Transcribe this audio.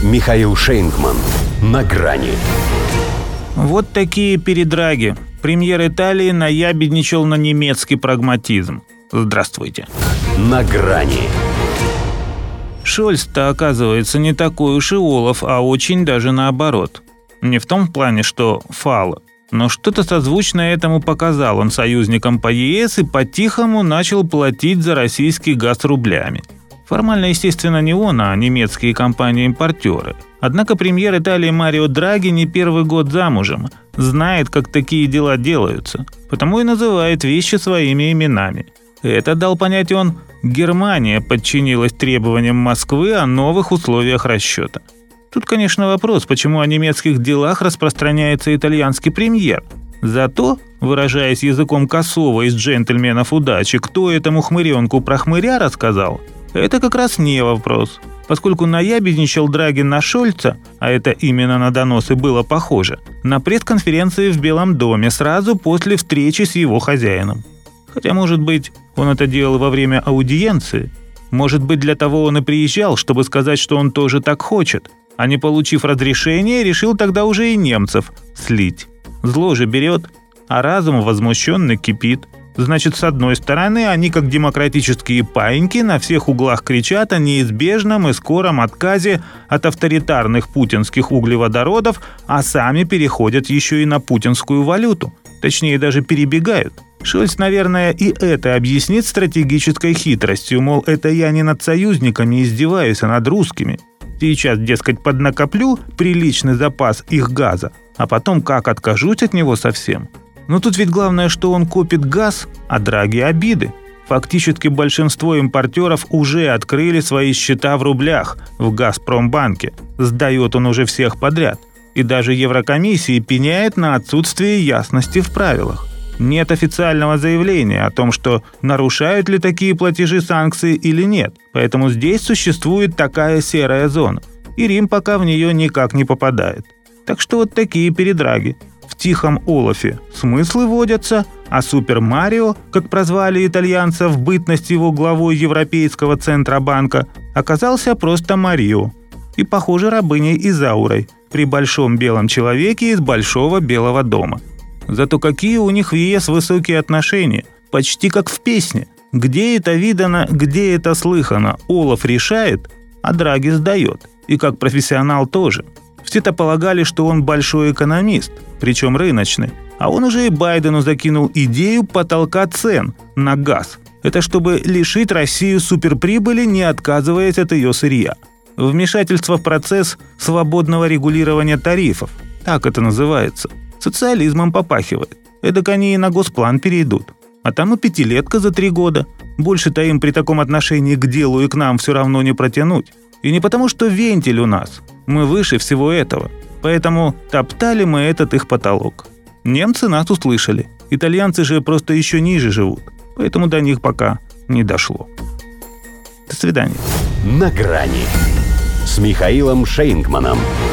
Михаил Шейнгман. На грани. Вот такие передраги. Премьер Италии наябедничал на немецкий прагматизм. Здравствуйте. На грани. Шольц-то, оказывается, не такой уж и олов, а очень даже наоборот. Не в том плане, что фало, но что-то созвучное этому показал он союзникам по ЕС и по-тихому начал платить за российский газ рублями. Формально, естественно, не он, а немецкие компании-импортеры. Однако премьер Италии Марио Драги не первый год замужем, знает, как такие дела делаются, потому и называет вещи своими именами. Это дал понять он: Германия подчинилась требованиям Москвы о новых условиях расчета. Тут, конечно, вопрос, почему о немецких делах распространяется итальянский премьер. Зато, выражаясь языком Косова из «Джентльменов удачи», кто этому хмыренку про хмыря рассказал, это как раз не вопрос. Поскольку наябедничал Драги на Шольца, а это именно на доносы было похоже, на пресс-конференции в Белом доме сразу после встречи с его хозяином. Хотя, может быть, он это делал во время аудиенции. Может быть, для того он и приезжал, чтобы сказать, что он тоже так хочет, а не получив разрешения, решил тогда уже и немцев слить. Зло же берет, а разум возмущенно кипит. Значит, с одной стороны, они, как демократические паиньки, на всех углах кричат о неизбежном и скором отказе от авторитарных путинских углеводородов, а сами переходят еще и на путинскую валюту. Точнее, даже перебегают. Шольц, наверное, и это объяснит стратегической хитростью, мол, это я не над союзниками издеваюсь, а над русскими. Сейчас, дескать, поднакоплю приличный запас их газа, а потом как откажусь от него совсем. Но тут ведь главное, что он копит газ, а Драги обиды. Фактически большинство импортеров уже открыли свои счета в рублях в Газпромбанке. Сдает он уже всех подряд. И даже Еврокомиссии пеняет на отсутствие ясности в правилах. Нет официального заявления о том, что нарушают ли такие платежи санкции или нет. Поэтому здесь существует такая серая зона. И Рим пока в нее никак не попадает. Так что вот такие передраги. В тихом олафе смыслы водятся, а Супер Марио, как прозвали итальянца в бытность его главой Европейского Центробанка, оказался просто Марио. И, похоже, рабыней Изаурой при большом белом человеке из большого белого дома. Зато какие у них в ЕС высокие отношения, почти как в песне. Где это видано, где это слыхано, олаф решает, а Драги сдает. И как профессионал тоже. Все-то полагали, что он большой экономист, причем рыночный, а он уже и Байдену закинул идею потолка цен на газ. Это чтобы лишить Россию суперприбыли, не отказываясь от ее сырья. Вмешательство в процесс свободного регулирования тарифов, так это называется. Социализмом попахивает. Эдак они и на госплан перейдут. А там и пятилетка за 3 года. Больше-то им при таком отношении к делу и к нам все равно не протянуть. И не потому, что вентиль у нас. Мы выше всего этого. Поэтому топтали мы этот их потолок. Немцы нас услышали. Итальянцы же просто еще ниже живут. Поэтому до них пока не дошло. До свидания. На грани с Михаилом Шейнгманом.